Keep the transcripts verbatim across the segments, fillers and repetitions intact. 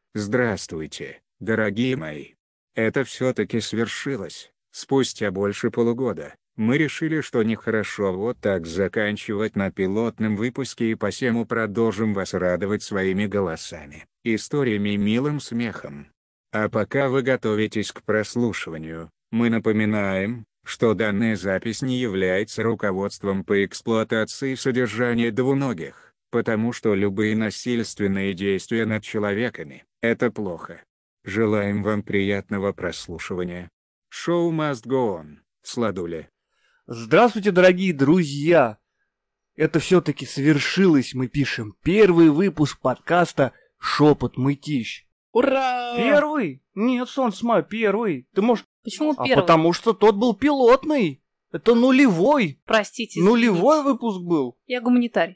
Здравствуйте, дорогие мои. Это все-таки свершилось. Спустя больше полугода, мы решили, что нехорошо вот так заканчивать на пилотном выпуске, и посему продолжим вас радовать своими голосами, историями и милым смехом. А пока вы готовитесь к прослушиванию, мы напоминаем, что данная запись не является руководством по эксплуатации содержания двуногих, потому что любые насильственные действия над человеками – это плохо. Желаем вам приятного прослушивания. Show must go on, Сладуля. Здравствуйте, дорогие друзья! Это все-таки свершилось, мы пишем первый выпуск подкаста «Шепот Мытищ». Ура! Первый? Нет, солнце мое, первый. Ты можешь... Почему А первый? потому что тот был пилотный. Это нулевой. Простите. Нулевой извините. выпуск был. Я гуманитарий.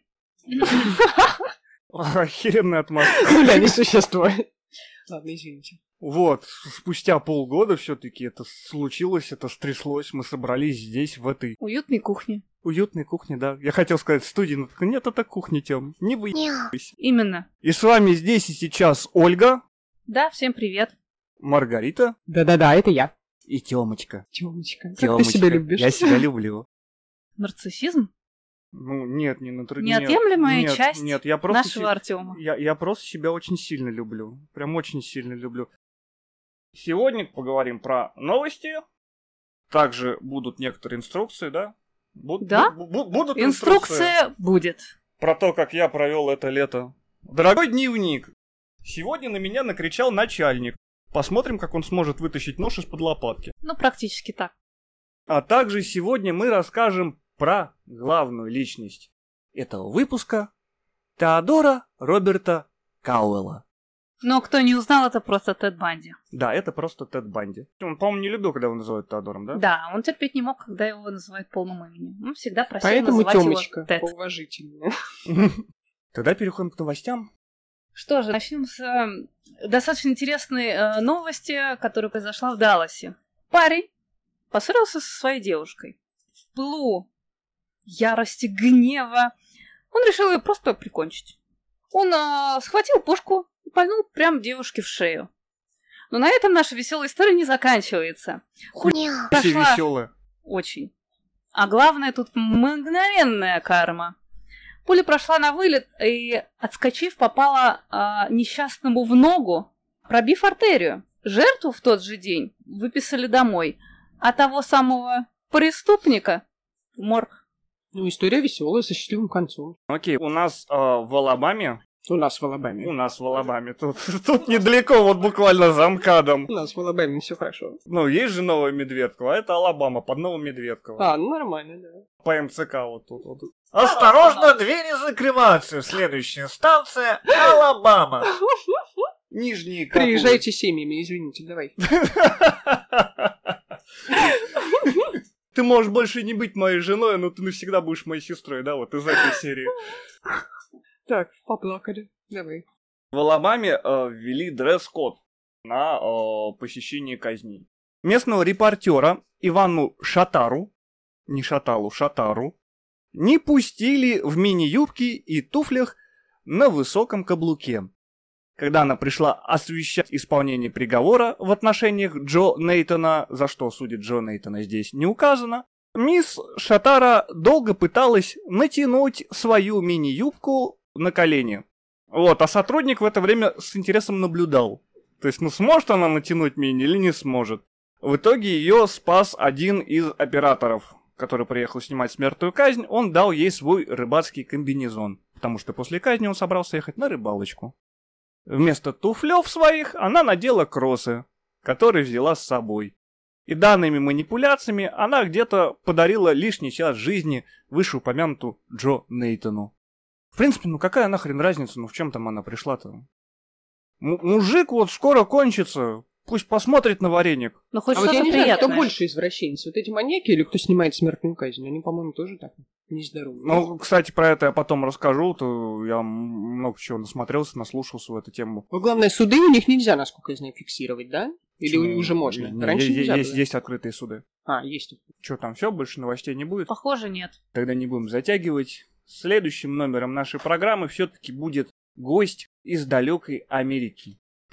Охеренная атмосфера. Нуля не существует. Ладно, извините. Вот, спустя полгода все-таки это случилось, это стряслось. Мы собрались здесь, в этой Уютной кухне. уютной кухне, да. Я хотел сказать студии, но такой, нет, это кухня, Тём. Не выебись. Именно. И с вами здесь и сейчас Ольга, Да, всем привет. Маргарита Да-да-да, это я. и Тёмочка. Тёмочка, как Тёмочка. ты себя любишь? Я себя люблю. Нарциссизм? Ну, нет, не на Неотъемлемая нет, часть нет, я просто нашего се- Артема. Я, я просто себя очень сильно люблю. Прям очень сильно люблю. Сегодня поговорим про новости. Также будут некоторые инструкции, да? Буд- Да? бу- бу- будут инструкции Инструкция будет. про то, как я провел это лето. Дорогой дневник. Сегодня на меня накричал начальник. Посмотрим, как он сможет вытащить нож из-под лопатки. Ну, практически так. А также сегодня мы расскажем про главную личность этого выпуска — Теодора Роберта Кауэлла. Но кто не узнал, это просто Тед Банди. Да, это просто Тед Банди. Он, по-моему, не любил, когда его называют Теодором, да? Да, он терпеть не мог, когда его называют полным именем. Он всегда просил Поэтому называть Тёмочка его Тед. поуважительнее. Тогда переходим к новостям. Что же, начнем с э, достаточно интересной э, новости, которая произошла в Далласе. Парень поссорился со своей девушкой. В пылу ярости, гнева он решил ее просто прикончить. Он э, схватил пушку и пальнул прям девушке в шею. Но на этом наша веселая история не заканчивается. Все Прошла веселые. очень. А главное, тут мгновенная карма. Пуля прошла на вылет и, отскочив, попала а, несчастному в ногу, пробив артерию. Жертву в тот же день выписали домой, а того самого преступника в морг. Ну, история веселая, со счастливым концом. Окей, у нас э, в Алабаме, У нас в у Алабаме. нас в Алабаме, тут, тут недалеко, вот буквально за МКАДом. У нас в Алабаме все хорошо. Ну, есть же Новая Медведково, а это Алабама, под Новым Медведково. А, ну нормально, да. По МЦК вот тут вот. Осторожно, двери закрываются. Следующая станция Алабама. Нижние Катулы. Приезжайте семьями, извините, давай. Ты можешь больше не быть моей женой, но ты навсегда будешь моей сестрой, да, вот из этой серии. Так, поплакали. Давай. В Алабаме э, ввели дресс-код на э, посещение казней. Местного репортера Ивану Шатару, не Шаталу, Шатару, не пустили в мини-юбке и туфлях на высоком каблуке. Когда она пришла освещать исполнение приговора в отношениях Джо Нейтона, за что судит Джо Нейтона здесь не указано, мисс Шатара долго пыталась натянуть свою мини-юбку на колени. Вот, а сотрудник в это время с интересом наблюдал. То есть, ну сможет она натянуть мини или не сможет. В итоге ее спас один из операторов, который приехал снимать смертную казнь. Он дал ей свой рыбацкий комбинезон, потому что после казни он собрался ехать на рыбалочку. Вместо туфлев своих она надела кроссы, которые взяла с собой. И данными манипуляциями она где-то подарила лишний час жизни вышеупомянуту Джо Нейтону. В принципе, ну какая нахрен разница, ну в чем там она пришла-то? М- мужик вот скоро кончится, пусть посмотрит на вареник. Ну, хоть А вот я что-то не знаю, приятное. кто больше извращенец? Вот эти маньяки или кто снимает смертную казнь? Они, по-моему, тоже так нездоровы. Ну, кстати, про это я потом расскажу, то я много чего насмотрелся, наслушался в эту тему. Ну, главное, суды у них нельзя, насколько я знаю, фиксировать, да? Или Почему? уже можно? Не, Раньше е- нельзя есть, было. есть открытые суды. А, есть. Что там, все, больше новостей не будет? Похоже, нет. Тогда не будем затягивать. Следующим номером нашей программы все-таки будет гость из далекой Америки.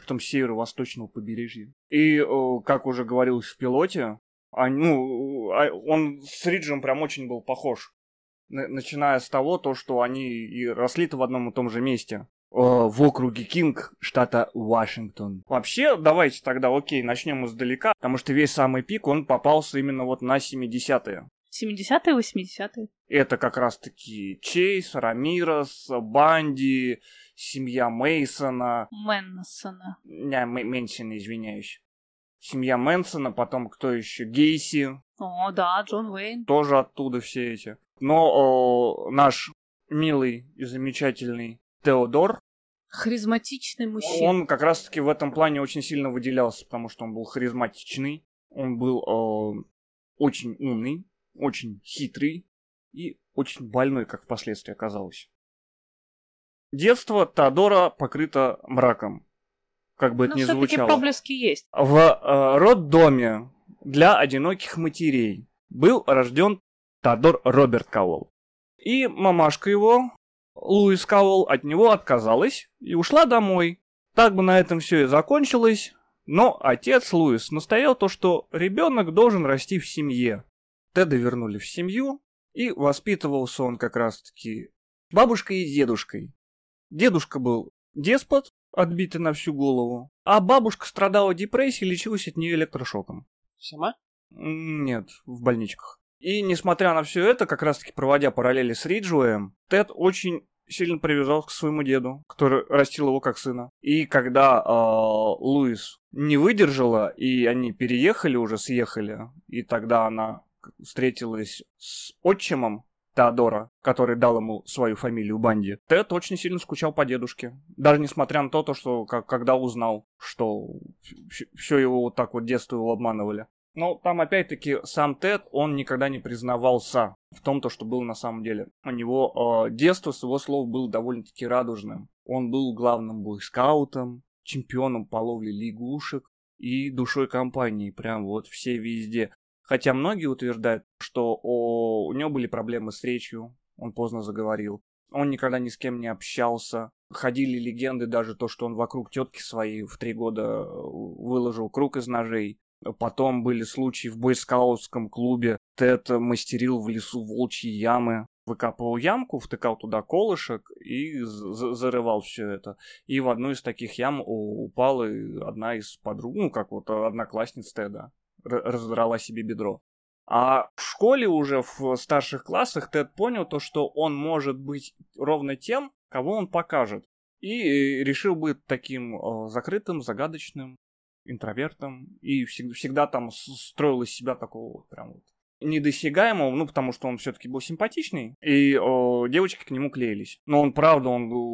притом с северо-восточного побережья. И, э, как уже говорилось в пилоте, а, ну, а, он с Риджем прям очень был похож. Н- начиная с того, то, что они и росли-то в одном и том же месте. Э, в округе Кинг, штата Вашингтон. Вообще, давайте тогда, окей, начнем издалека, потому что весь самый пик, он попался именно вот на семидесятые. семидесятые, восьмидесятые. Это как раз-таки Чейз, Рамирес, Банди, семья Мейсона. Мэнсона. Не, Мэнсона, извиняюсь. Семья Мэнсона, потом кто еще? Гейси. О, да, Джон Уэйн. Тоже оттуда все эти. Но о, наш милый и замечательный Теодор, Харизматичный мужчина. он как раз-таки в этом плане очень сильно выделялся, потому что он был харизматичный, он был о, очень умный, очень хитрый и очень больной, как впоследствии оказалось. Детство Теодора покрыто мраком, как бы это Но ни все-таки звучало. проблески есть. В э, роддоме для одиноких матерей был рожден Теодор Роберт Кауэлл. И мамашка его, Луис Кауэлл, от него отказалась и ушла домой. Так бы на этом все и закончилось, но отец Луис настоял то, что ребенок должен расти в семье. Теда вернули в семью, и воспитывался он как раз-таки бабушкой и дедушкой. Дедушка был деспот, отбитый на всю голову, а бабушка страдала депрессией и лечилась от нее электрошоком. Сама? Нет, в больничках. И несмотря на все это, как раз-таки проводя параллели с Риджуэем, Тед очень сильно привязался к своему деду, который растил его как сына. И когда э, Луис не выдержала, и они переехали уже, съехали, и тогда она встретилась с отчимом Теодора, который дал ему свою фамилию Банди, Тед очень сильно скучал по дедушке. Даже несмотря на то, то что как, когда узнал, что все его вот так вот детство его обманывали. Но там опять-таки сам Тед, он никогда не признавался в том, то, что было на самом деле. У него э, детство, с его слов, было довольно-таки радужным. Он был главным бойскаутом, чемпионом по ловле лягушек и душой компании, прям вот все везде. Хотя многие утверждают, что о, у него были проблемы с речью, он поздно заговорил, он никогда ни с кем не общался. Ходили легенды даже то, что он вокруг тетки своей в три года выложил круг из ножей. Потом были случаи в бойскаутском клубе. Тед мастерил в лесу волчьи ямы. Выкапывал ямку, втыкал туда колышек и з- зарывал все это. И в одну из таких ям упала одна из подруг, ну как вот одноклассниц Теда. Раздрала себе бедро. А в школе уже в старших классах Тед понял то, что он может быть ровно тем, кого он покажет. И решил быть таким э, закрытым, загадочным, интровертом. И всегда, всегда там строил из себя такого вот прям вот недосягаемого, ну потому что он все-таки был симпатичный. И э, девочки к нему клеились. Но он правда,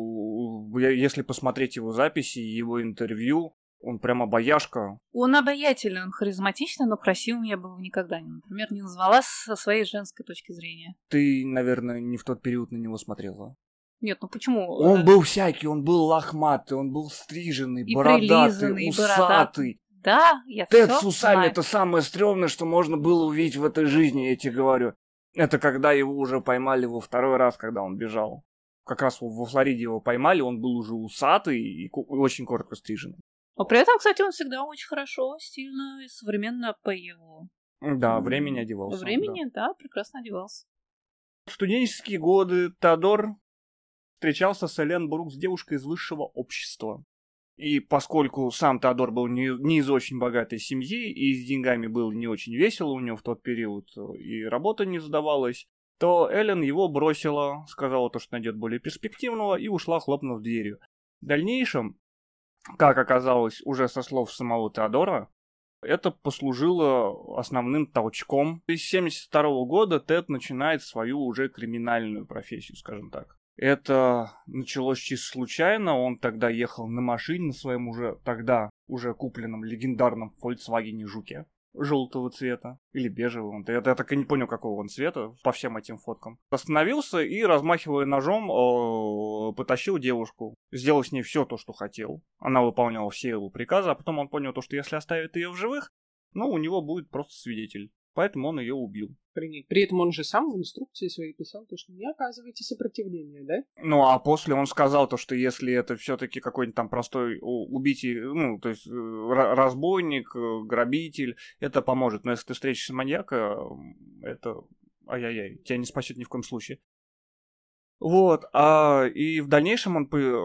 он, э, если посмотреть его записи, его интервью, он прям обаяшка. Он обаятельный, он харизматичный, но красивым я бы его никогда, например, не назвала со своей женской точки зрения. Ты, наверное, не в тот период на него смотрела. Нет, ну почему? Он был всякий, он был лохматый, он был стриженный, и бородатый, прилизанный, усатый. и бородатый. Да, я Тед всё с усами знаю. это самое стрёмное, что можно было увидеть в этой жизни, я тебе говорю. Это когда его уже поймали во второй раз, когда он бежал. Как раз во Флориде его поймали, он был уже усатый и очень коротко стриженный. Но при этом, кстати, он всегда очень хорошо, стильно и современно по его... Да, времени одевался. Времени, да. да, прекрасно одевался. В студенческие годы Теодор встречался с Элен Брукс, девушкой из высшего общества. И поскольку сам Теодор был не, не из очень богатой семьи, и с деньгами было не очень весело у него в тот период, и работа не задавалась, то Элен его бросила, сказала то, что найдет более перспективного, и ушла, хлопнув дверью. В дальнейшем, как оказалось уже со слов самого Теодора, это послужило основным толчком. С семьдесят второго года Тед начинает свою уже криминальную профессию, скажем так. Это началось чисто случайно, он тогда ехал на машине на своем уже тогда уже купленном легендарном Volkswagen Жуке желтого цвета или бежевого. Я, я так и не понял, какого он цвета по всем этим фоткам. Остановился и, размахивая ножом, э, потащил девушку. Сделал с ней все то, что хотел. Она выполняла все его приказы, а потом он понял то, что если оставит ее в живых, ну, у него будет просто свидетель. поэтому он ее убил. При этом он же сам в инструкции своей писал, то, что не оказывайте сопротивления, да? Ну, а после он сказал то, что если это все-таки какой-нибудь там простой убийца, ну, то есть разбойник, грабитель, это поможет. Но если ты встретишься маньяка, это ай-яй-яй, тебя не спасет ни в коем случае. Вот, а, и в дальнейшем он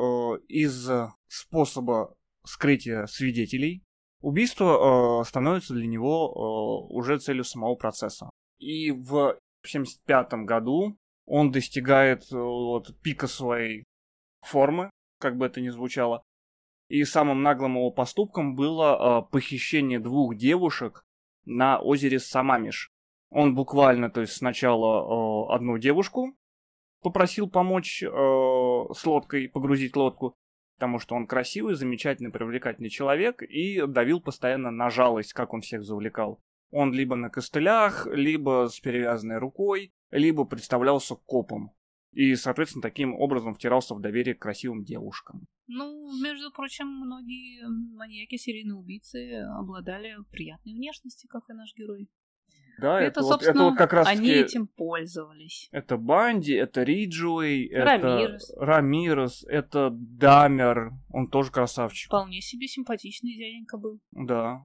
из способа скрытия свидетелей убийство становится для него уже целью самого процесса. И в семьдесят пятом году он достигает вот, пика своей формы, как бы это ни звучало. И самым наглым его поступком было э, похищение двух девушек на озере Самамиш. Он буквально, то есть сначала э, одну девушку попросил помочь э, с лодкой, погрузить лодку, потому что он красивый, замечательный, привлекательный человек, и давил постоянно на жалость, как он всех завлекал. Он либо на костылях, либо с перевязанной рукой, либо представлялся копом. И, соответственно, таким образом втирался в доверие к красивым девушкам. Ну, между прочим, многие маньяки, серийные убийцы обладали приятной внешностью, как и наш герой. Да, это, это, собственно, вот, это вот как раз они таки... этим пользовались. Это Банди, это Риджуэй, Рамирес. это Рамирес, это Дамер, он тоже красавчик. Вполне себе симпатичный дяденька был. Да.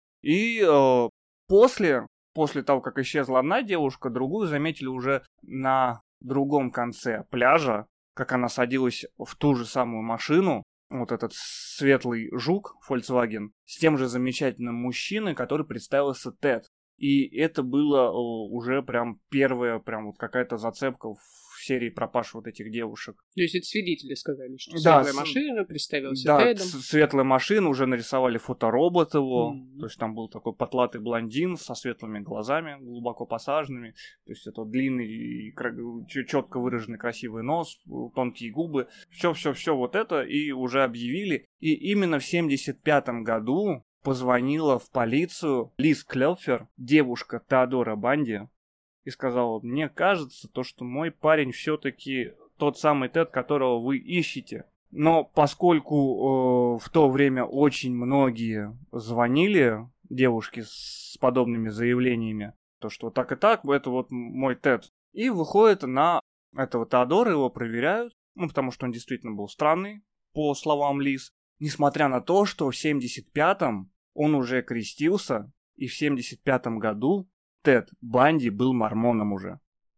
И э, после, после того, как исчезла одна девушка, другую заметили уже на другом конце пляжа, как она садилась в ту же самую машину, вот этот светлый жук Volkswagen, с тем же замечательным мужчиной, который представился Тед. И это было уже прям первая, прям вот какая-то зацепка в серии пропаж вот этих девушек. То есть это свидетели сказали, что да, светлая с... машина, представился да, Тедом. Да, светлая машина, уже нарисовали фоторобот его, mm-hmm. то есть там был такой потлатый блондин со светлыми глазами, глубоко посаженными, то есть это длинный и четко выраженный красивый нос, тонкие губы, все-все-все вот это, и уже объявили. И именно в семьдесят пятом году позвонила в полицию Лиз Клёпфер, девушка Теодора Банди, и сказала: мне кажется, то, что мой парень все-таки тот самый Тед, которого вы ищете. Но поскольку э, в то время очень многие звонили девушке с подобными заявлениями, то что так и так, это вот мой Тед. И выходит на этого Теодора, его проверяют, ну потому что он действительно был странный, по словам Лиз. Несмотря на то, что в семьдесят пятом он уже крестился, и в семьдесят пятом году Тед Банди был мормоном уже.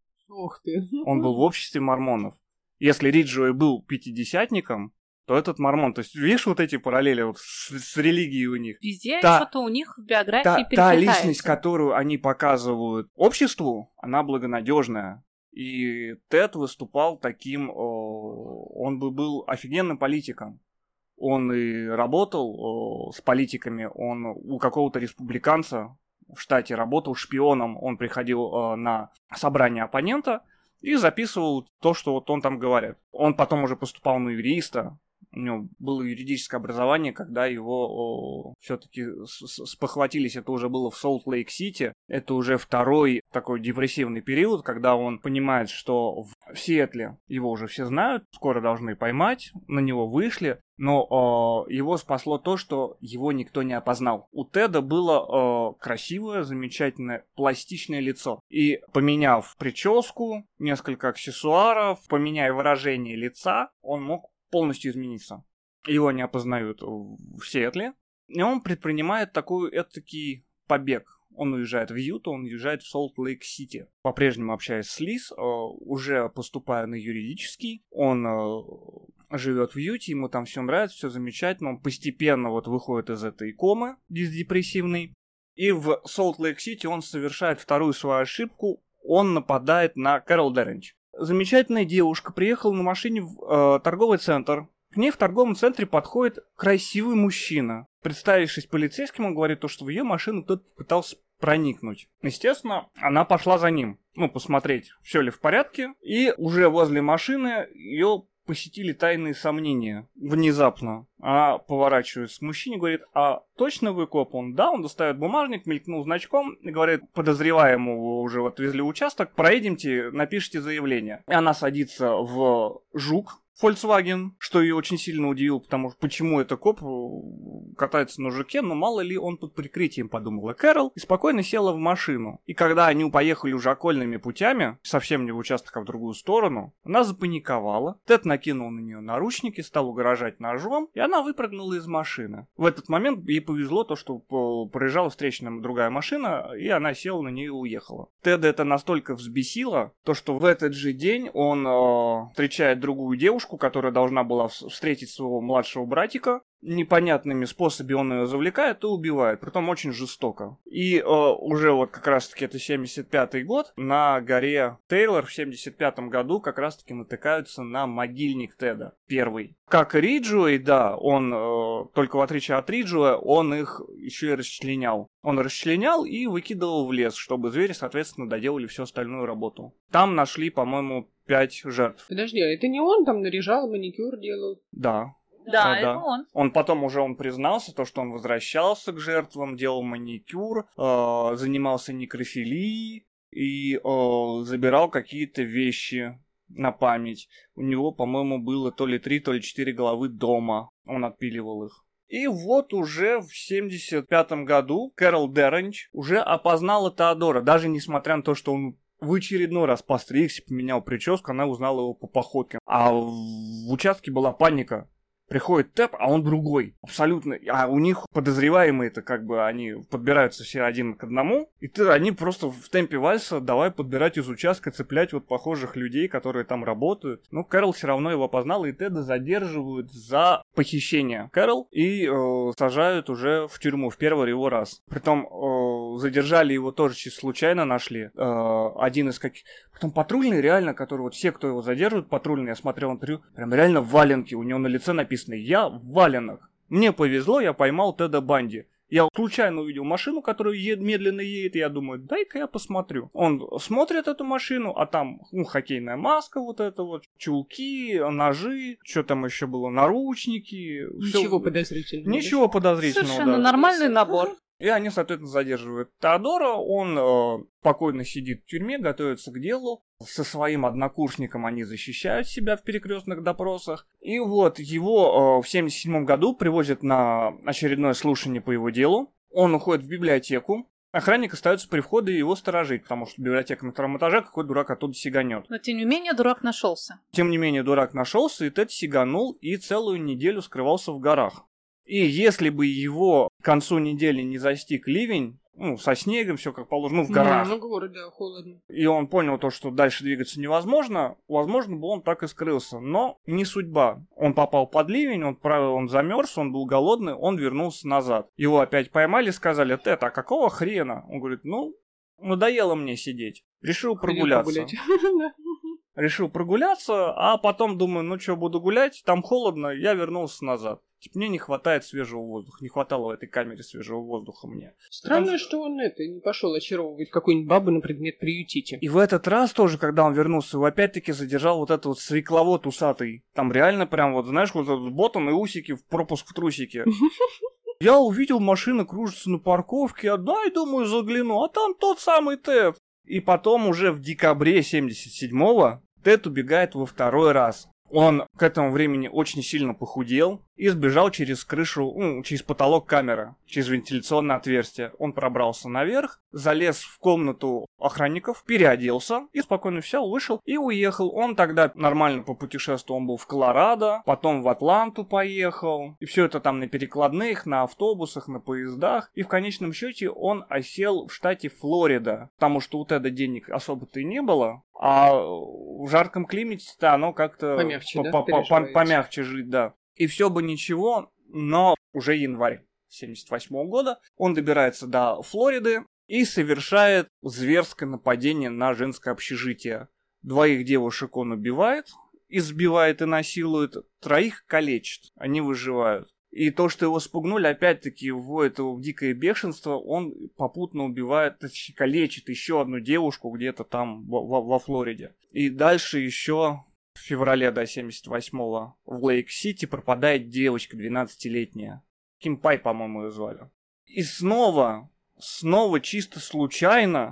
Ух ты. Он был в обществе мормонов. Если Риджуэй был пятидесятником, то этот мормон. То есть, видишь, вот эти параллели вот с, с религией у них. Везде та, что-то у них в биографии та, перекликается. Та личность, которую они показывают обществу, она благонадежная. И Тед выступал таким... Он бы был офигенным политиком. Он и работал с политиками. Он у какого-то республиканца в штате работал шпионом, он приходил э, на собрание оппонента и записывал то, что вот он там говорит. Он потом уже поступал на юриста, у него было юридическое образование, когда его все-таки спохватились, это уже было в Солт-Лейк-Сити, это уже второй такой депрессивный период, когда он понимает, что в Сиэтле его уже все знают, скоро должны поймать, на него вышли, но э, его спасло то, что его никто не опознал. У Теда было э, красивое, замечательное, пластичное лицо. И поменяв прическу, несколько аксессуаров, поменяя выражение лица, он мог полностью измениться. Его не опознают в Сиэтле. И он предпринимает такой этакий побег. Он уезжает в Юту, он уезжает в Солт-Лейк-Сити. По-прежнему общаясь с Лиз, уже поступая на юридический, он живет в Юте, ему там все нравится, все замечательно. Он постепенно вот выходит из этой комы депрессивной. И в Солт-Лейк-Сити он совершает вторую свою ошибку. Он нападает на Кэрол Дерринч. Замечательная девушка приехала на машине в э, торговый центр. К ней в торговом центре подходит красивый мужчина. Представившись полицейским, он говорит, то, что в ее машину кто-то пытался проникнуть. Естественно, она пошла за ним. Ну, посмотреть, все ли в порядке. И уже возле машины ее посетили тайные сомнения. Внезапно. Она поворачивается к мужчине, говорит: а точно вы коп? Он: да, он достает бумажник, мелькнул значком и говорит: подозреваемого уже отвезли в участок, проедемте, напишите заявление. И она садится в жук Volkswagen, что ее очень сильно удивило, потому что почему это коп катается на жуке, но мало ли он под прикрытием, подумала Кэрол, и спокойно села в машину. И когда они поехали уже окольными путями, совсем не в участок, а в другую сторону, она запаниковала. Тед накинул на нее наручники, стал угрожать ножом, и она выпрыгнула из машины. В этот момент ей повезло то, что проезжала встречная другая машина, и она села на нее и уехала. Теда это настолько взбесило, то, что в этот же день он э, встречает другую девушку, которая должна была встретить своего младшего братика. Непонятными способами он ее завлекает и убивает, притом очень жестоко. И э, уже вот как раз-таки это семьдесят пятый год, на горе Тейлор в семьдесят пятом году как раз-таки натыкаются на могильник Теда, первый. Как и Риджуэй, да, он, э, только в отличие от Риджуэя, он их еще и расчленял. Он расчленял и выкидывал в лес, чтобы звери, соответственно, доделали всю остальную работу. Там нашли, по-моему, пять жертв. Подожди, а это не он там наряжал, маникюр делал? Да. Да, а, это да. он. Он потом уже он признался, то, что он возвращался к жертвам, делал маникюр, э, занимался некрофилией и э, забирал какие-то вещи на память. У него, по-моему, было то ли три, то ли четыре головы дома. Он отпиливал их. И вот уже в семьдесят пятом году Кэрол Дерренч уже опознала Теодора, даже несмотря на то, что он в очередной раз постригся, поменял прическу, она узнала его по походке. А в участке была паника. Приходит Тэп, а он другой. Абсолютно. А у них подозреваемые-то как бы они подбираются все один к одному. И ты, они просто в темпе вальса давай подбирать из участка, цеплять вот похожих людей, которые там работают. Но Кэрол все равно его познала, и Теда задерживают за похищение Кэрол и э, сажают уже в тюрьму в первый его раз. Притом э, задержали его тоже чисто случайно нашли. Э, один из каких... Потом патрульный реально, который вот все, кто его задерживают, патрульный, я смотрел интервью, прям реально в валенке, у него на лице написано «Я в валенок». Мне повезло, я поймал Теда Банди. Я случайно увидел машину, которая е- медленно едет, и я думаю, дай-ка я посмотрю. Он смотрит эту машину, а там ну, хоккейная маска вот эта вот, чулки, ножи, что там еще было, наручники. Ничего всё... подозрительного. Ничего подозрительного, Совершенно да. нормальный набор. И они, соответственно, задерживают Теодора, он э, спокойно сидит в тюрьме, готовится к делу. Со своим однокурсником они защищают себя в перекрестных допросах. И вот его э, в семьдесят седьмом году привозят на очередное слушание по его делу. Он уходит в библиотеку. Охранник остается при входе и его сторожить, потому что библиотека на втором этаже, какой дурак оттуда сиганет. Но тем не менее дурак нашелся. Тем не менее, дурак нашелся, и Тед сиганул и целую неделю скрывался в горах. И если бы его к концу недели не застиг ливень, ну, со снегом, все как положено, ну, в горах, Ну, город, да, холодно. и он понял то, что дальше двигаться невозможно, возможно бы он так и скрылся. Но не судьба. Он попал под ливень, он, он замерз, он был голодный, он вернулся назад. Его опять поймали, сказали: Тед, а какого хрена? Он говорит: ну, надоело мне сидеть. Решил прогуляться. Решил прогуляться, а потом думаю, ну что, буду гулять, там холодно, я вернулся назад. Типа, мне не хватает свежего воздуха, не хватало в этой камере свежего воздуха мне. Странно, Там... что он это не пошел очаровывать какую-нибудь бабу на предмет приютите. И в этот раз тоже, когда он вернулся, его опять-таки задержал вот этот вот свекловод усатый. Там реально прям вот, знаешь, вот этот ботан и усики в пропуск в трусике. Я увидел, машина кружится на парковке, а дай, думаю, загляну, а там тот самый Тед. И потом уже в декабре семьдесят седьмого Тед убегает во второй раз. Он к этому времени очень сильно похудел и сбежал через крышу, ну, через потолок камеры, через вентиляционное отверстие. Он пробрался наверх, залез в комнату охранников, переоделся и спокойно все, вышел и уехал. Он тогда нормально попутешествовал, он был в Колорадо, потом в Атланту поехал. И все это там на перекладных, на автобусах, на поездах. И в конечном счете он осел в штате Флорида, потому что у Теда денег особо-то и не было. А в жарком климате-то оно как-то помягче, да? помягче жить, да. И все бы ничего, но уже январь семьдесят восьмого года он добирается до Флориды и совершает зверское нападение на женское общежитие. Двоих девушек он убивает, избивает и насилует, троих калечит, они выживают. И то, что его спугнули, опять-таки вводит его в дикое бешенство, он попутно убивает, точнее, калечит еще одну девушку где-то там во, во, во Флориде. И дальше еще в феврале до семьдесят восьмого в Лейк-Сити пропадает девочка двенадцатилетняя. Ким Пай, по-моему, ее звали. И снова, снова чисто случайно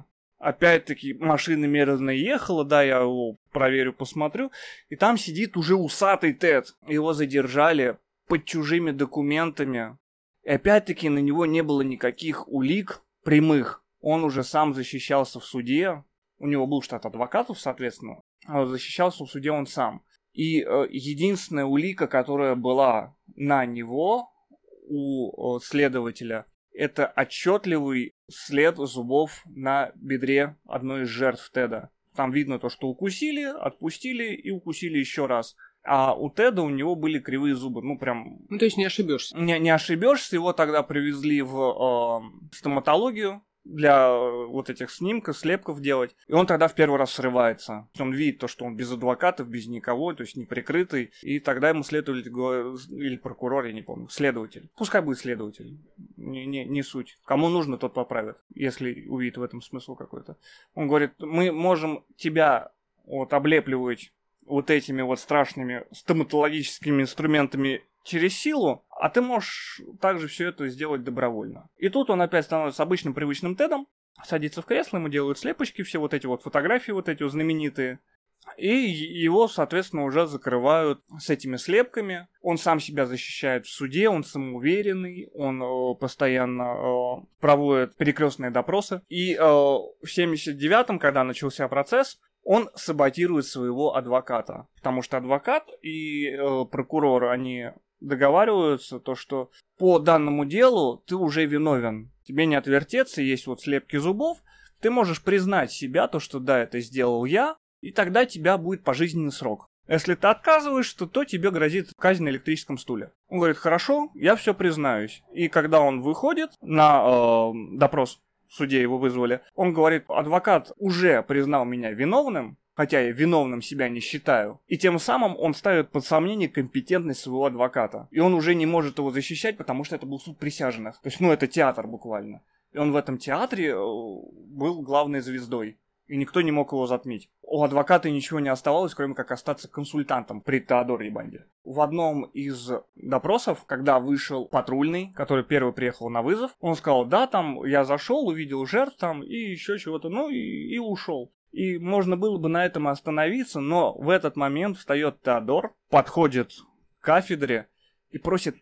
Опять-таки машина медленно ехала, да, я его проверю, посмотрю. И там сидит уже усатый Тед. Его задержали под чужими документами. И опять-таки на него не было никаких улик прямых. Он уже сам защищался в суде. У него был штат адвокатов, соответственно. А защищался в суде он сам. И э, единственная улика, которая была на него у э, следователя, это отчетливый след зубов на бедре одной из жертв Теда. Там видно то, что укусили, отпустили и укусили еще раз. А у Теда у него были кривые зубы. Ну, прям... Ну, то есть не ошибешься. Не, не ошибешься. Его тогда привезли в э, стоматологию для э, вот этих снимков, слепков делать. И он тогда в первый раз срывается. Он видит то, что он без адвокатов, без никого, то есть неприкрытый. И тогда ему следователь говорит, или прокурор, я не помню, следователь. Пускай будет следователь. Не, не, не суть. Кому нужно, тот поправит, если увидит в этом смысл какой-то. Он говорит, мы можем тебя вот облепливать вот этими вот страшными стоматологическими инструментами через силу, а ты можешь также все это сделать добровольно. И тут он опять становится обычным привычным Тедом, садится в кресло, ему делают слепочки, все вот эти вот фотографии, вот эти вот знаменитые, и его, соответственно, уже закрывают с этими слепками. Он сам себя защищает в суде, он самоуверенный, он э, постоянно э, проводит перекрестные допросы. И э, в семьдесят девятом, когда начался процесс, он саботирует своего адвоката. Потому что адвокат и э, прокурор, они договариваются, то, что по данному делу ты уже виновен. Тебе не отвертеться, есть вот слепки зубов. Ты можешь признать себя, то, что да, это сделал я, и тогда тебя будет пожизненный срок. Если ты отказываешься, то тебе грозит казнь на электрическом стуле. Он говорит, хорошо, я все признаюсь. И когда он выходит на э, допрос, в суде его вызвали, он говорит, адвокат уже признал меня виновным, хотя я виновным себя не считаю. И тем самым он ставит под сомнение компетентность своего адвоката. И он уже не может его защищать, потому что это был суд присяжных. То есть, ну, это театр буквально. И он в этом театре был главной звездой. И никто не мог его затмить. У адвоката ничего не оставалось, кроме как остаться консультантом при Теодоре Банде. В одном из допросов, когда вышел патрульный, который первый приехал на вызов, он сказал, да, там я зашел, увидел жертв там и еще чего-то, ну и, и ушел. И можно было бы на этом остановиться, но в этот момент встает Теодор, подходит к кафедре и просит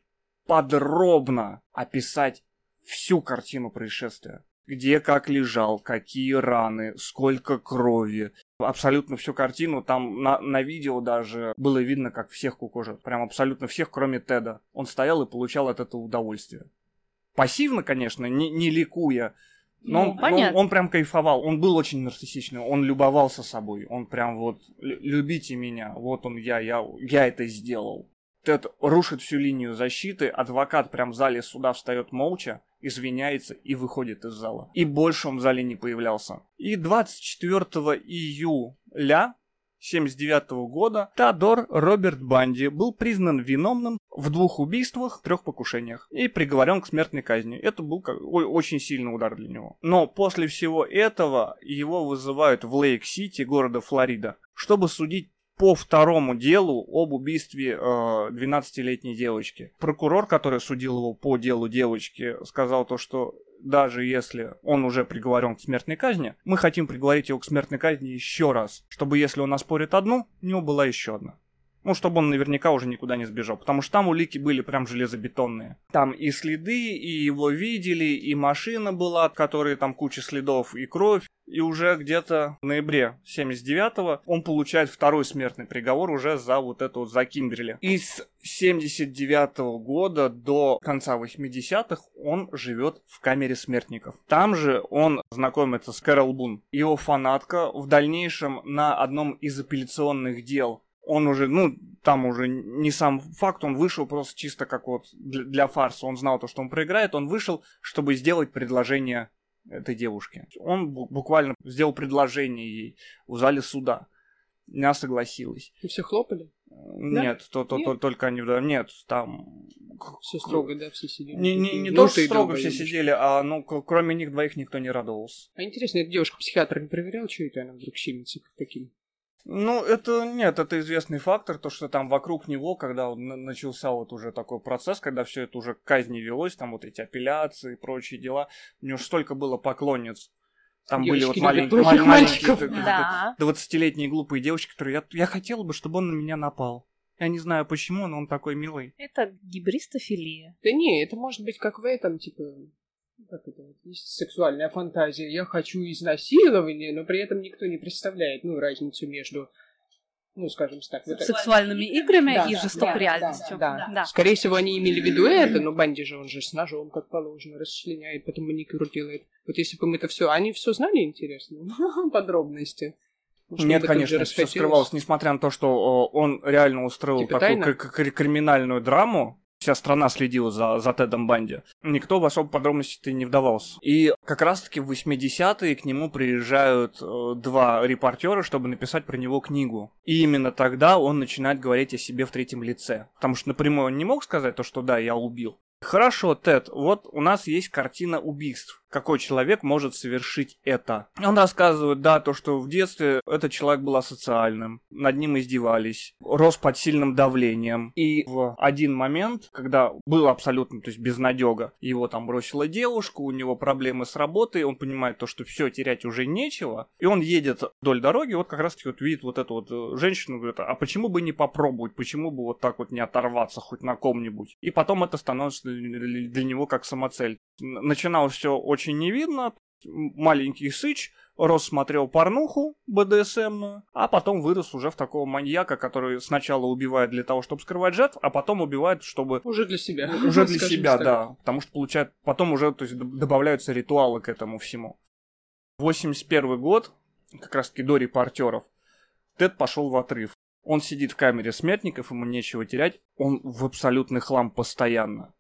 подробно описать всю картину происшествия. Где как лежал, какие раны, сколько крови. Абсолютно всю картину. Там на, на видео даже было видно, как всех кукожат. Прям абсолютно всех, кроме Теда. Он стоял и получал от этого удовольствие. Пассивно, конечно, не, не ликуя. Но, ну, он, понятно. он, он прям кайфовал. Он был очень нарциссичный. Он любовался собой. Он прям вот, любите меня. Вот он я, я, я это сделал. Тед рушит всю линию защиты. Адвокат прям в зале суда встает молча, извиняется и выходит из зала. И больше он в зале не появлялся. И двадцать четвёртого июля семьдесят девятого года Теодор Роберт Банди был признан виновным в двух убийствах, трех покушениях и приговорен к смертной казни. Это был как, ой, очень сильный удар для него. Но после всего этого его вызывают в Лейк-Сити, города Флорида, чтобы судить по второму делу об убийстве э, двенадцатилетней девочки. Прокурор, который судил его по делу девочки, сказал то, что даже если он уже приговорен к смертной казни, мы хотим приговорить его к смертной казни еще раз, чтобы если он оспорит одну, у него была еще одна. Ну, чтобы он наверняка уже никуда не сбежал, потому что там улики были прям железобетонные. Там и следы, и его видели, и машина была, от которой там куча следов, и кровь. И уже где-то в ноябре семьдесят девятого он получает второй смертный приговор уже за вот это вот, за Кимберли. И с семьдесят девятого года до конца восьмидесятых он живет в камере смертников. Там же он знакомится с Кэрол Бун, его фанатка. В дальнейшем на одном из апелляционных дел он уже, ну, там уже не сам факт, он вышел просто чисто как вот для, для фарса. Он знал то, что он проиграет, он вышел, чтобы сделать предложение этой девушке. Он буквально сделал предложение ей в зале суда. Она согласилась. И все хлопали? Нет, да? то, то, Нет? то, только они... Нет, там... Все строго, да, все сидели? Не, не, не ну, то, что строго долбоебишь. все сидели, а ну, кроме них двоих никто не радовался. А интересно, эта девушка-психиатр не проверял, что это она вдруг щемится как таким? Ну, это нет, это известный фактор, то, что там вокруг него, когда он начался вот уже такой процесс, когда все это уже к казни велось, там вот эти апелляции и прочие дела, у него столько было поклонниц, Там Девочки были вот любят малень- плохих малень- маленькие мальчиков. д- д- Да. двадцатилетние глупые девочки, которые я, я хотела бы, чтобы он на меня напал. Я не знаю почему, но он такой милый. Это гибристофилия. Да не, это может быть как в этом, типа, как это, вот, есть сексуальная фантазия. Я хочу изнасилования, но при этом никто не представляет, ну, разницу между, ну, скажем так, вот это- Сексуальными играми Да, и да, жестокой да, реальностью. Да, да. Да. Скорее всего, они имели в виду это, но Банди же, он же с ножом, как положено, расчленяет, потом маникюр делает. Вот если бы мы это все, они все знали, интересно, подробности. Может, Нет, им бы тут конечно, же все расхотелось. скрывалось, несмотря на то, что о, он реально устроил Типа такую тайна? к- к- криминальную драму. Вся страна следила за, за Тедом Банди. Никто в особо подробности не вдавался. И как раз-таки в восьмидесятые к нему приезжают э, два репортера, чтобы написать про него книгу. И именно тогда он начинает говорить о себе в третьем лице. Потому что напрямую он не мог сказать то, что да, я убил. Хорошо, Тед, вот у нас есть картина убийств. Какой человек может совершить это? Он рассказывает, да, то, что в детстве этот человек был асоциальным, над ним издевались, рос под сильным давлением. И в один момент, когда был абсолютно, то есть безнадега, его там бросила девушка, у него проблемы с работой, он понимает то, что все, терять уже нечего, и он едет вдоль дороги, вот как раз-таки вот видит вот эту вот женщину, говорит, а почему бы не попробовать, почему бы вот так вот не оторваться хоть на ком-нибудь? И потом это становится для него как самоцель. Начиналось все очень не видно. Маленький сыч, рос, смотрел порнуху бэ дэ эс эмную, а потом вырос уже в такого маньяка, который сначала убивает для того, чтобы скрывать жертв, а потом убивает, чтобы... Уже для себя. Уже для скажем себя, так. да. Потому что получает... Потом уже, то есть, д- добавляются ритуалы к этому всему. восемьдесят первый год, как раз-таки до репортеров, Тед пошел в отрыв. Он сидит в камере смертников, ему нечего терять. Он в абсолютный хлам постоянно.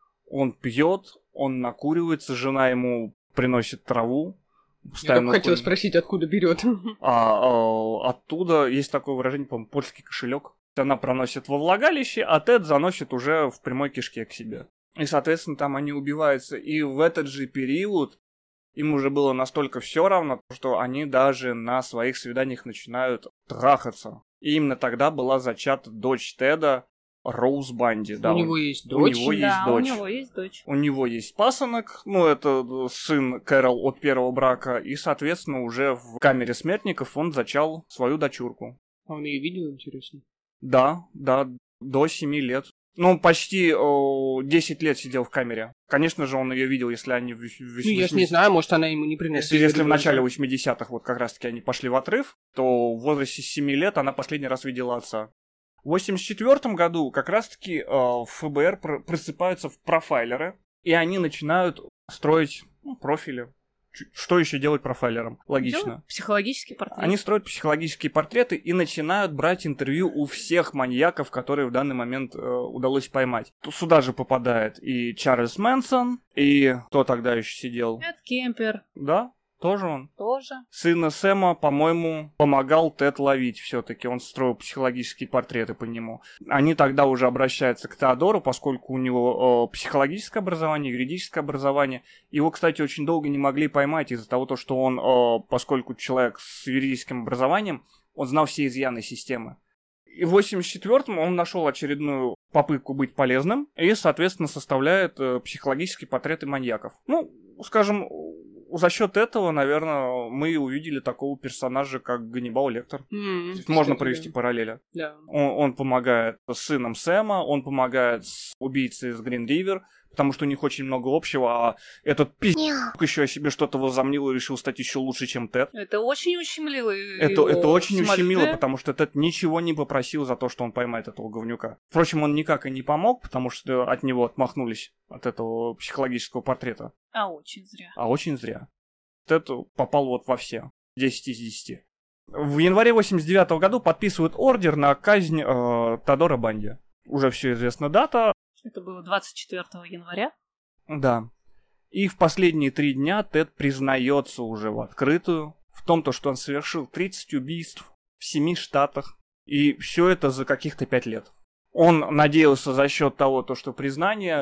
Он пьет, он накуривается, жена ему приносит траву. Я постоянно только хотела курит. спросить, откуда берет. А, а, оттуда есть такое выражение, по-моему, польский кошелек. Она проносит во влагалище, а Тед заносит уже в прямой кишке к себе. И, соответственно, там они убиваются. И в этот же период им уже было настолько все равно, что они даже на своих свиданиях начинают трахаться. И именно тогда была зачата дочь Теда, Роуз Банди. Да, У он- него есть у дочь. него есть Да, у дочь. него есть дочь. У него есть пасынок, ну, это сын Кэрол от первого брака, и, соответственно, уже в камере смертников он зачал свою дочурку. А он ее видел, интересно? Да, да, до семи лет. Ну, почти о, десять лет сидел в камере. Конечно же, он ее видел, если они... В, в, Ну, я ж не знаю, может, она ему не приносит. Если, если в начале восьмидесятых вот как раз-таки они пошли в отрыв, то в возрасте семи лет она последний раз видела отца. В восемьдесят четвёртом году как раз-таки э, эф бэ эр пр- просыпаются в профайлеры, и они начинают строить ну, профили. Ч- Что еще делать профайлерам? Логично. Делают психологический портрет. Они строят психологические портреты и начинают брать интервью у всех маньяков, которые в данный момент э, удалось поймать. Тут сюда же попадает и Чарльз Мэнсон, и кто тогда еще сидел? Эд Кемпер Да, тоже он. тоже. Сына Сэма, по-моему, помогал Тед ловить все-таки. Он строил психологические портреты по нему. Они тогда уже обращаются к Теодору, поскольку у него э, психологическое образование, юридическое образование. Его, кстати, очень долго не могли поймать из-за того, что он, э, поскольку человек с юридическим образованием, он знал все изъяны системы. И в восемьдесят четвёртом он нашел очередную попытку быть полезным и, соответственно, составляет э, психологические портреты маньяков. Ну, скажем, за счет этого, наверное, мы и увидели такого персонажа, как Ганнибал Лектор. М, То есть можно кстати, провести да. параллели. Да. Он, он помогает с сыном Сэма, он помогает с убийцей из Грин Ривер, потому что у них очень много общего, а этот пиздец еще о себе что-то возомнил и решил стать еще лучше, чем Тед. Это очень ущемило Это, его это очень самолюбие. ущемило, потому что Тед ничего не попросил за то, что он поймает этого говнюка. Впрочем, он никак и не помог, потому что от него отмахнулись от этого психологического портрета. А очень зря. А очень зря. Тед попал вот во все. десять из десяти. В январе восемьдесят девятого году подписывают ордер на казнь э, Теодора Банди. Уже все известна дата. Это было двадцать четвёртого января. Да. И в последние три дня Тед признается уже в открытую в том, то, что он совершил тридцать убийств в семи штатах. И все это за каких-то пять лет. Он надеялся за счет того, то, что признание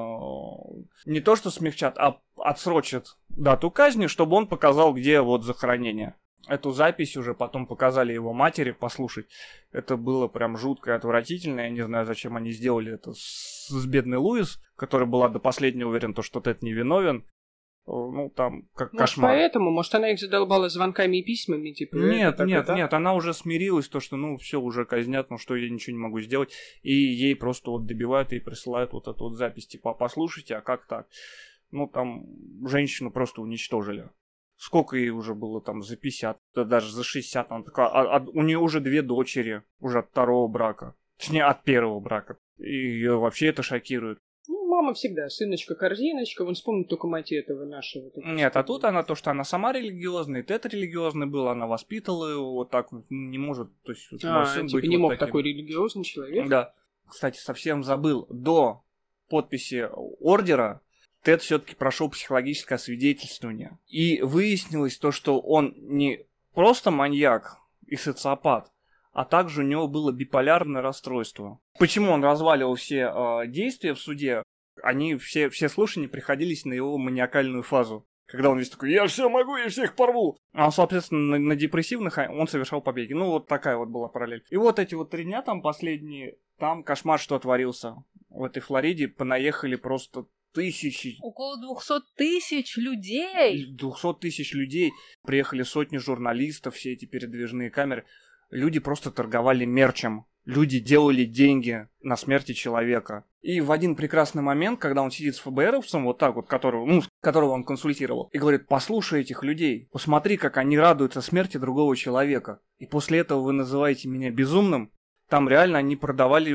э, не то что смягчат, а отсрочат дату казни, чтобы он показал, где вот захоронение. Эту запись уже потом показали его матери послушать. Это было прям жутко и отвратительно. Я не знаю, зачем они сделали это с, с бедной Луис, которая была до последнего уверена, что Тед невиновен. Ну, там, как Может, кошмар. поэтому? Может, она их задолбала звонками и письмами, типа... Нет, это, нет, так, нет, она уже смирилась, то, что, ну, все уже казнят, ну, что я ничего не могу сделать. И ей просто вот добивают и присылают вот эту вот запись, типа, послушайте, а как так? Ну, там, женщину просто уничтожили. Сколько ей уже было там за пятьдесят, да даже за шестьдесят, она такая, а, а, у нее уже две дочери, уже от второго брака, точнее, от первого брака. И ее вообще это шокирует. Ну, мама всегда, сыночка-корзиночка, вон вспомнит только мать этого нашего. Нет, а тут она то, что она сама религиозная, и Тед религиозный был, она воспитывала его вот так, не может, то есть вот, А, сын типа быть не вот мог таким. такой религиозный человек? Да. Кстати, совсем забыл, до подписи ордера Тед все-таки прошел психологическое освидетельствование. И выяснилось то, что он не просто маньяк и социопат, а также у него было биполярное расстройство. Почему он разваливал все э, действия в суде? Они все, все слушания приходились на его маниакальную фазу. Когда он весь такой, я все могу, я всех порву. А, соответственно, на, на депрессивных он совершал побеги. Ну, вот такая вот была параллель. И вот эти вот три дня там последние, там кошмар что творился. В этой Флориде понаехали просто тысячи. Около двухсот тысяч людей. двухсот тысяч людей. Приехали сотни журналистов, все эти передвижные камеры. Люди просто торговали мерчем. Люди делали деньги на смерти человека. И в один прекрасный момент, когда он сидит с ФБРовцем, вот так вот, которого, ну, которого он консультировал, и говорит, послушай этих людей, посмотри, как они радуются смерти другого человека. И после этого вы называете меня безумным. Там реально они продавали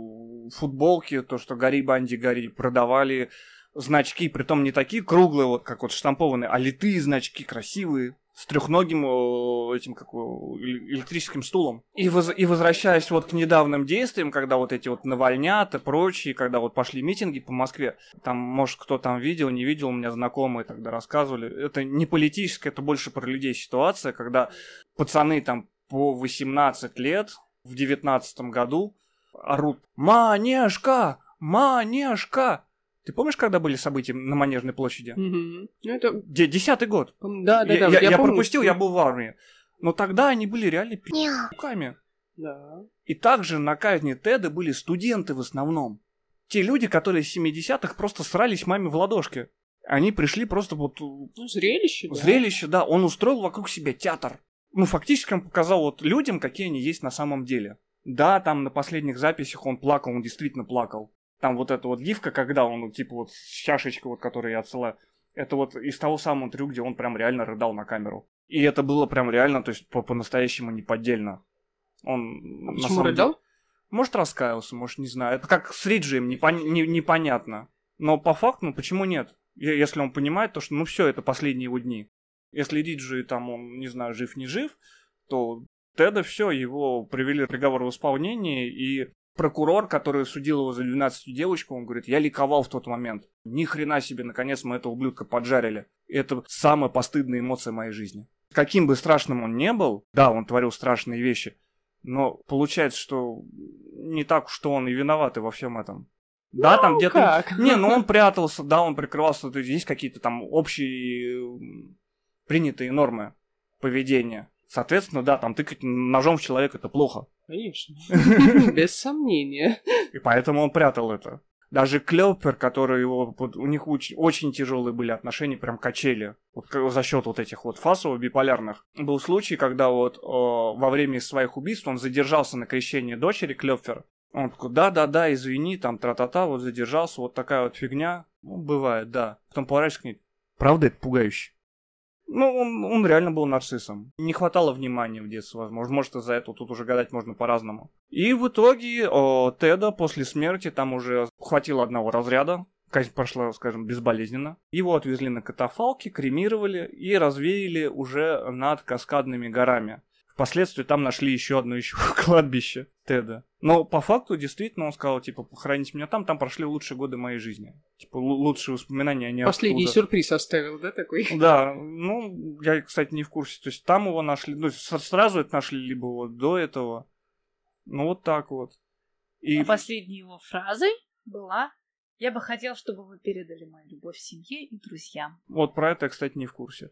футболки, то, что «Гори, Банди, гори», продавали значки, притом не такие круглые, вот как вот штампованные, а литые значки, красивые, с трехногим этим как электрическим стулом. И, воз, и возвращаясь вот к недавним действиям, когда вот эти вот Навальнят и прочие, когда вот пошли митинги по Москве, там, может, кто там видел, не видел, у меня знакомые тогда рассказывали, это не политическая, это больше про людей ситуация, когда пацаны там по восемнадцать лет в девятнадцатом году орут «Манежка! Манежка!» Ты помнишь, когда были события на Манежной площади? Угу. Ну, это... Десятый год. Да, да, я, да. Я, я, я помню, пропустил, что... я был в армии. Но тогда они были реально пи***ками. Да. И также на казни Теда были студенты в основном. Те люди, которые в семидесятых просто срались маме в ладошки. Они пришли просто вот... Ну, зрелище, да. Зрелище, да. Он устроил вокруг себя театр. Ну, фактически он показал вот людям, какие они есть на самом деле. Да, там на последних записях он плакал, он действительно плакал. Там вот эта вот гифка, когда он, типа, вот с чашечкой, вот, которую я отсылаю, это вот из того самого интервью, где он прям реально рыдал на камеру. И это было прям реально, то есть по- по-настоящему неподдельно. Он... А почему рыдал? Деле, может, раскаялся, может, не знаю. Это как с Риджием, непон- не- непонятно. Но по факту, ну, почему нет? Если он понимает, то что, ну, все, это последние его дни. Если Риджи, там, он, не знаю, жив, не жив, то Теда все, его привели приговор в исполнение, и... Прокурор, который судил его за двенадцатую девочку, он говорит, я ликовал в тот момент. Ни хрена себе, наконец мы этого ублюдка поджарили. И это самая постыдная эмоция моей жизни. Каким бы страшным он не был, да, он творил страшные вещи, но получается, что не так, что он и виноват во всем этом. Да, ну, там где-то... Как? Не, ну он прятался, да, он прикрывался, то есть есть какие-то там общие принятые нормы поведения. Соответственно, да, там тыкать ножом в человека это плохо. Конечно. Без сомнения. И поэтому он прятал это. Даже Клёппер, который его... Вот, у них очень, очень тяжелые были отношения, прям качели. Вот, за счет вот этих вот фасово-биполярных. Был случай, когда вот о, во время своих убийств он задержался на крещении дочери Клёппер. Он такой, да-да-да, извини, там тра-та-та, вот задержался, вот такая вот фигня. Ну, бывает, да. Потом поворачивается к ней. Правда, это пугающе. Ну, он, он реально был нарциссом. Не хватало внимания в детстве, возможно. Может, из-за этого тут уже гадать можно по-разному. И в итоге о, Теда после смерти там уже хватило одного разряда. Казнь прошла, скажем, безболезненно. Его отвезли на катафалке, кремировали и развеяли уже над Каскадными горами. Впоследствии там нашли еще одно еще кладбище Теда. Но по факту, действительно, он сказал, типа, похороните меня там, там прошли лучшие годы моей жизни. Типа, л- лучшие воспоминания, они Последний оттуда. сюрприз оставил, да, такой? Да, ну, я, кстати, не в курсе. То есть там его нашли, ну, сразу это нашли, либо вот до этого. Ну, вот так вот. И... А последней его фразой была: «Я бы хотел, чтобы вы передали мою любовь семье и друзьям». Вот про это я, кстати, не в курсе.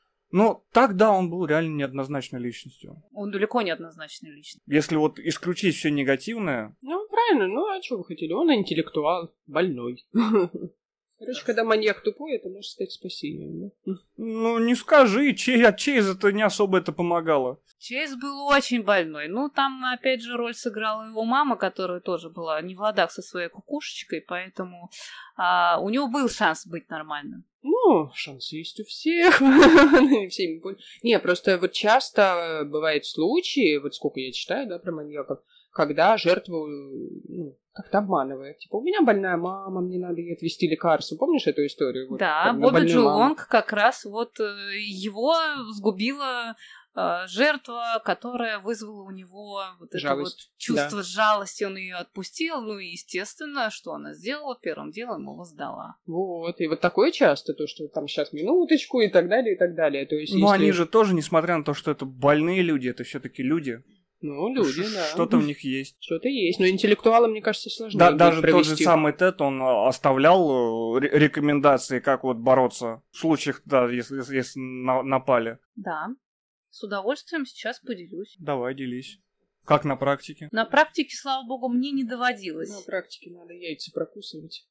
Но тогда он был реально неоднозначной личностью. Он далеко не однозначная личность. Если вот исключить все негативное... Ну, правильно, ну, а что вы хотели? Он интеллектуал, больной. Короче, когда маньяк тупой, это может стать спасением, да? Ну, не скажи, чей, от Чейза-то не особо это помогало. Чейз был очень больной. Ну, там, опять же, роль сыграла его мама, которая тоже была не в ладах со своей кукушечкой, поэтому а, у него был шанс быть нормальным. Ну, шансы есть у всех. Не всеми боль- Не, просто вот часто бывают случаи, вот сколько я читаю, да, про маньяков, когда жертву ну, как-то обманывает. Типа, у меня больная мама, мне надо ей отвезти лекарство. Помнишь эту историю? Вот, Да, там, на Бобби больную маму. Джулонг как раз вот э, его сгубила э, жертва, которая вызвала у него вот это вот Жалость, чувство да. жалости, он ее отпустил, ну и естественно, что она сделала, первым делом его сдала. Вот, и вот такое часто, то, что там сейчас минуточку и так далее, и так далее. То есть, Ну, если- они же тоже, несмотря на то, что это больные люди, это все-таки люди. Ну, люди, Ш- да. Что-то в них есть. Что-то есть, но интеллектуалам, мне кажется, сложнее Да, будет даже тот же провести. самый Тед, он а, оставлял э, ре- рекомендации, как вот бороться в случаях, да, если, если, если на- напали. Да, с удовольствием сейчас поделюсь. Давай, делись. Как на практике? На практике, слава богу, мне не доводилось. На практике надо яйца прокусывать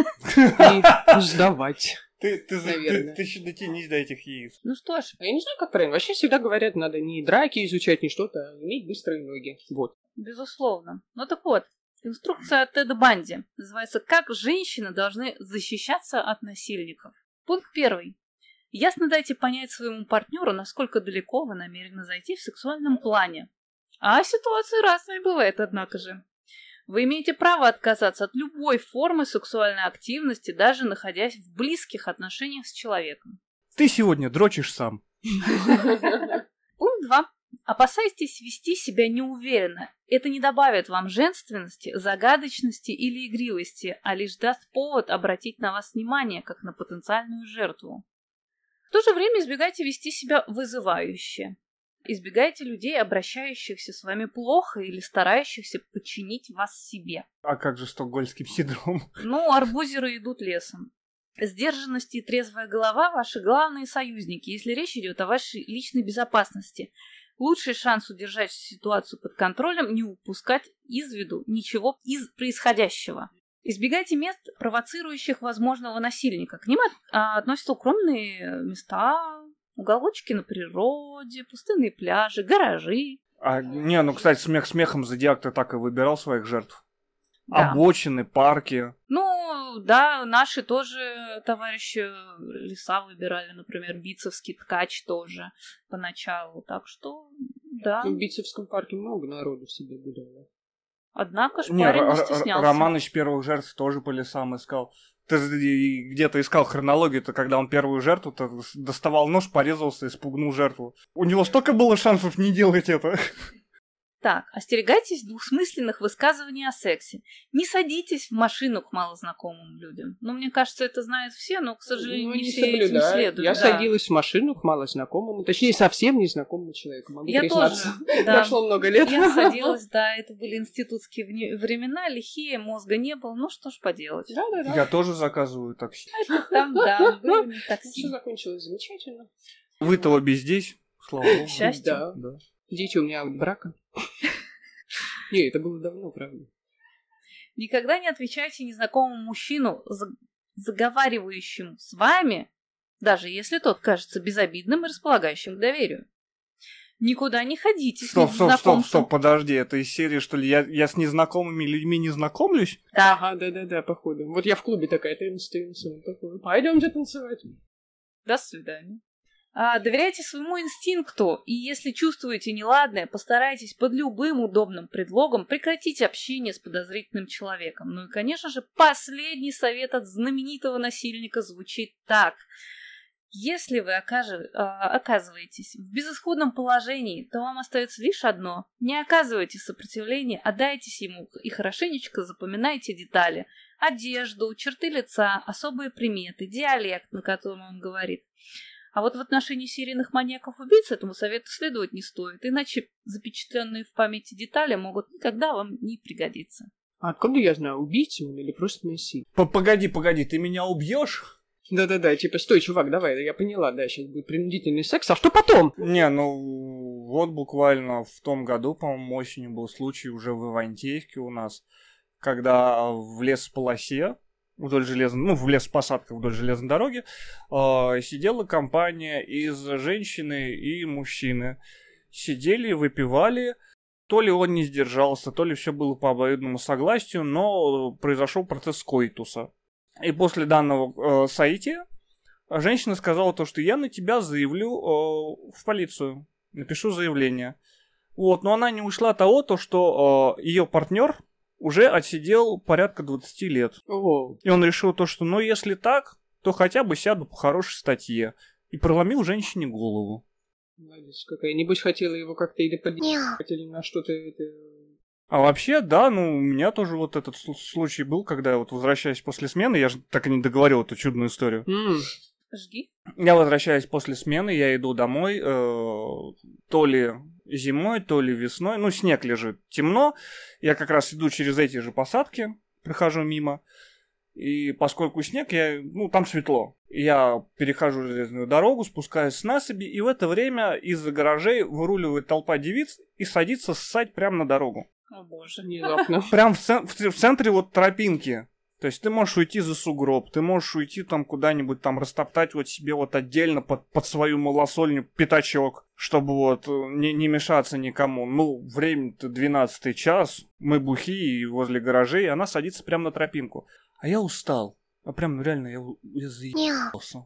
и сдавать. Ты, ты, Наверное. ты, ты еще дотянись до этих яиц. Ну что ж, А я не знаю, как правильно. Вообще всегда говорят, надо не драки изучать, не что-то, а иметь быстрые ноги. Вот. безусловно. Ну так вот, инструкция от Теда Банди называется «Как женщины должны защищаться от насильников». Пункт первый. Ясно дайте понять своему партнеру, насколько далеко вы намерены зайти в сексуальном плане. А ситуации разные бывают, однако же. Вы имеете право отказаться от любой формы сексуальной активности, даже находясь в близких отношениях с человеком. Ты сегодня дрочишь сам. Пункт два. Опасайтесь вести себя неуверенно. Это не добавит вам женственности, загадочности или игривости, а лишь даст повод обратить на вас внимание, как на потенциальную жертву. В то же время избегайте вести себя вызывающе. Избегайте людей, обращающихся с вами плохо или старающихся подчинить вас себе. А как же стокгольмский синдром? Ну, арбузеры идут лесом. Сдержанность и трезвая голова – ваши главные союзники, если речь идет о вашей личной безопасности. Лучший шанс удержать ситуацию под контролем – не упускать из виду ничего из происходящего. Избегайте мест, провоцирующих возможного насильника. К ним от- а, относятся укромные места, уголочки на природе, пустынные пляжи, гаражи. А, не, ну, кстати, смех смехом Зодиак ты так и выбирал своих жертв. Да. Обочины, парки. Ну, да, наши тоже товарищи леса выбирали, например, Битцевский ткач тоже поначалу. Так что, да. В Битцевском парке много народу себе гуляло. Однако ж Не, парень Р- не Р- стеснялся. Романыч первых жертв тоже по лесам искал. Ты и где-то искал хронологию-то, когда он первую жертву-то доставал нож, порезался и спугнул жертву. У него столько было шансов не делать это. Так, остерегайтесь двусмысленных высказываний о сексе. Не садитесь в машину к малознакомым людям. Ну, мне кажется, это знают все, но, к сожалению, Ну, не не все этим соблюдаю. следуют. Я да. садилась в машину к малознакомому, точнее, совсем незнакомому человеку. Могу Я признаться. тоже, да. Прошло много лет. Я садилась, да, это были институтские вне- времена, лихие, мозга не было, ну что ж поделать. Да, да, да. Я тоже заказываю такси. Это там, да, было не Ну, такси. все закончилось замечательно. Вы-то обе здесь, слава богу. Счастье. Да. Да. Дети у меня от брака. Не, это было давно, правда. Никогда не отвечайте незнакомому мужчину, за- заговаривающему с вами, даже если тот кажется безобидным и располагающим к доверию. Никуда не ходите с Стоп, стоп, стоп, незнакомцем. стоп, подожди, это из серии, что ли? Я, я с незнакомыми людьми не знакомлюсь? Да. Ага, да-да-да, походу. Вот я в клубе такая, тынц-тынц, он такой, пойдемте танцевать. До свидания. А, доверяйте своему инстинкту, и если чувствуете неладное, постарайтесь под любым удобным предлогом прекратить общение с подозрительным человеком. Ну и, конечно же, последний совет от знаменитого насильника звучит так. Если вы окажи- а, оказываетесь в безысходном положении, то вам остается лишь одно. Не оказывайте сопротивления, отдайтесь ему и хорошенечко запоминайте детали. Одежду, черты лица, особые приметы, диалект, на котором он говорит. А вот в отношении серийных маньяков-убийц этому совету следовать не стоит, иначе запечатленные в памяти детали могут никогда вам не пригодиться. А откуда я знаю, убийца он или просто насильник? П- Погоди, погоди, ты меня убьешь? Да-да-да, типа, стой, чувак, давай, я поняла, да, сейчас будет принудительный секс, а что потом? Не, ну вот буквально в том году, по-моему, осенью был случай уже в Ивантеевке у нас, когда в лесополосе вдоль железной, ну, в лесопосадках вдоль железной дороги, э, сидела компания из женщины и мужчины. Сидели, выпивали. То ли он не сдержался, то ли все было по обоюдному согласию, но произошел процесс коитуса. И после данного э, соития женщина сказала то, что я на тебя заявлю э, в полицию, напишу заявление. Вот, но она не ушла от того, то, что э, ее партнер уже отсидел порядка двадцать лет. О. И он решил то, что ну если так, то хотя бы сяду по хорошей статье. И проломил женщине голову. Молодец какая. Небось хотела его как-то или подъебать, или на что-то это... А вообще, да, ну, у меня тоже вот этот случай был, когда я вот возвращаюсь после смены, я же так и не договорил эту чудную историю. Mm. Жги. Я возвращаюсь после смены, я иду домой, э, то ли зимой, то ли весной, ну, снег лежит, темно, я как раз иду через эти же посадки, прохожу мимо, и поскольку снег, я, ну, там светло. Я перехожу железную дорогу, спускаюсь с насыпи, и в это время из-за гаражей выруливает толпа девиц и садится ссать прямо на дорогу. О боже. Внезапно. Прям в, цен- в, в центре вот тропинки. То есть ты можешь уйти за сугроб, ты можешь уйти там куда-нибудь там растоптать вот себе вот отдельно под, под свою малосольню пятачок, чтобы вот не, не мешаться никому. Ну, время-то двенадцатый час, мы бухие возле гаражей, и она садится прямо на тропинку. А я устал. А прям, ну реально, я, я заебался.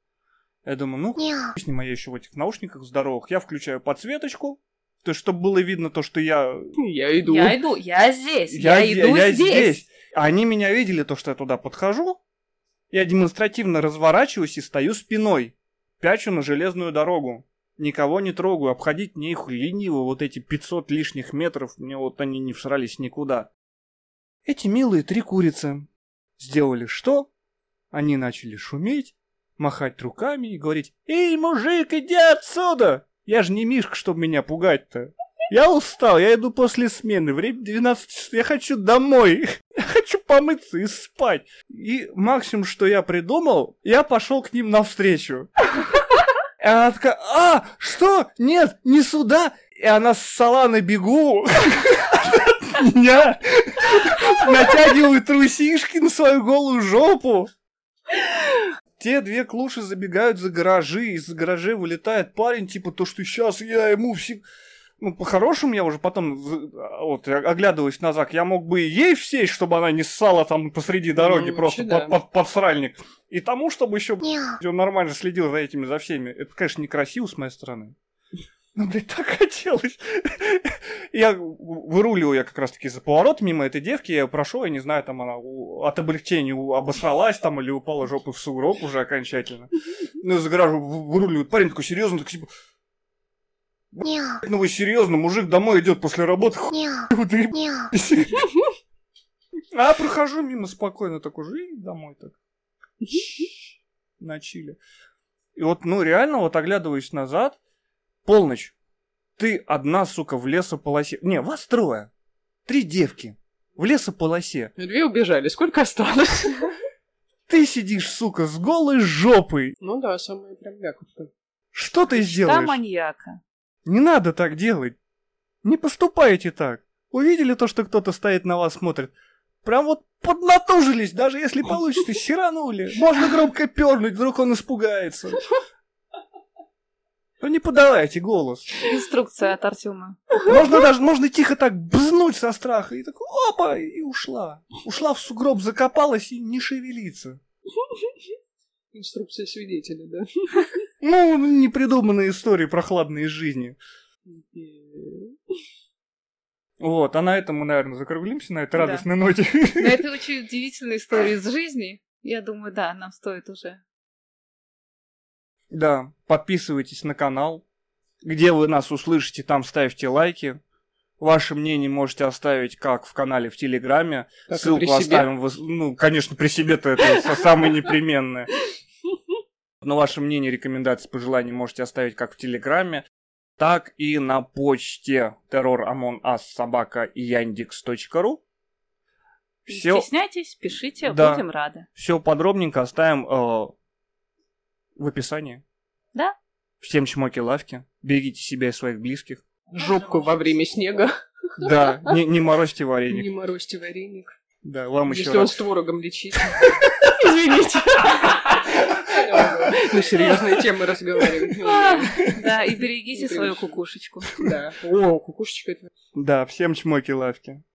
Я думаю, ну, хуй с ним, а я еще в этих наушниках здоровых. Я включаю подсветочку, то есть, чтобы было видно то, что я... Я иду. Я иду, я здесь, Я, я, иду я здесь. здесь. А они меня видели, то, что я туда подхожу. Я демонстративно разворачиваюсь и стою спиной. Пячу на железную дорогу. Никого не трогаю. Обходить мне их лениво. Вот эти пятьсот лишних метров. Мне вот они не всрались никуда. Эти милые три курицы сделали что? Они начали шуметь, махать руками и говорить: «Эй, мужик, иди отсюда! Я же не Мишка, чтобы меня пугать-то. Я устал, я иду после смены, время двенадцать часов, я хочу домой, я хочу помыться и спать». И максимум, что я придумал, я пошел к ним навстречу. И она такая: «А, что? Нет, не сюда!» И она ссала на бегу от меня, натягивает трусишки на свою голую жопу. Те две клуши забегают за гаражи, из гаражей вылетает парень, типа, то, что сейчас я ему все... Ну, по-хорошему, я уже потом, вот, оглядываясь назад, я мог бы и ей всесть, чтобы она не ссала там посреди дороги, ну, просто вообще, под, да. под, под сральник. И тому, чтобы еще он нормально следил за этими, за всеми. Это, конечно, некрасиво с моей стороны. Ну, блядь, так хотелось. Я выруливаю я как раз-таки за поворот мимо этой девки, я ее прошел, я не знаю, там она от облегчения обосралась там или упала жопой в сугроб уже окончательно. Ну, за гаражу выруливает парень такой серьезный, такой типа: «Ну вы серьезно, мужик домой идет после работы, хуй ты». А прохожу мимо спокойно такой же и домой так. На чиле. И вот, ну, реально, вот оглядываясь назад, полночь. Ты одна, сука, в лесополосе. Не, вас трое. Три девки. В лесополосе. Две убежали. Сколько осталось? Ты сидишь, сука, с голой жопой. Ну да, самое прям мякотка. Что ты сделаешь? Та маньяка. Не надо так делать. Не поступайте так. Увидели то, что кто-то стоит на вас, смотрит. Прям вот поднатужились, даже если получится, сиранули. Можно громко пернуть, вдруг он испугается. Ну не подавайте голос. Инструкция от Артема. Можно даже, можно тихо так бзнуть со страха. И так, опа, и ушла. Ушла в сугроб, закопалась и не шевелится. Инструкция свидетеля, да? Ну, непридуманные истории прохладные из жизни. Вот, а на этом мы, наверное, закруглимся, на этой да. радостной ноте. На этой очень удивительной истории из жизни. Я думаю, да, нам стоит уже. Да, подписывайтесь на канал. Где вы нас услышите, там ставьте лайки. Ваше мнение можете оставить как в канале в Телеграме. Так ссылку оставим. В... Ну, конечно, при себе-то это самое непременное. Но ваше мнение, рекомендации, пожелания можете оставить как в Телеграме, так и на почте террор амонг ас собака яндекс точка ру. Не стесняйтесь, пишите, да. Будем рады. Все подробненько оставим э, в описании. Да. Всем чмоки-лавки. Берегите себя и своих близких. Жопку во время снега. Да, не, не морозьте вареник. Не морозьте вареник. Да, вам еще Если он раз. с творогом лечит. Извините. На серьезные темы разговариваем. Да, и берегите свою кукушечку. Да. О, кукушечка это... Да, всем чмоки-лавки.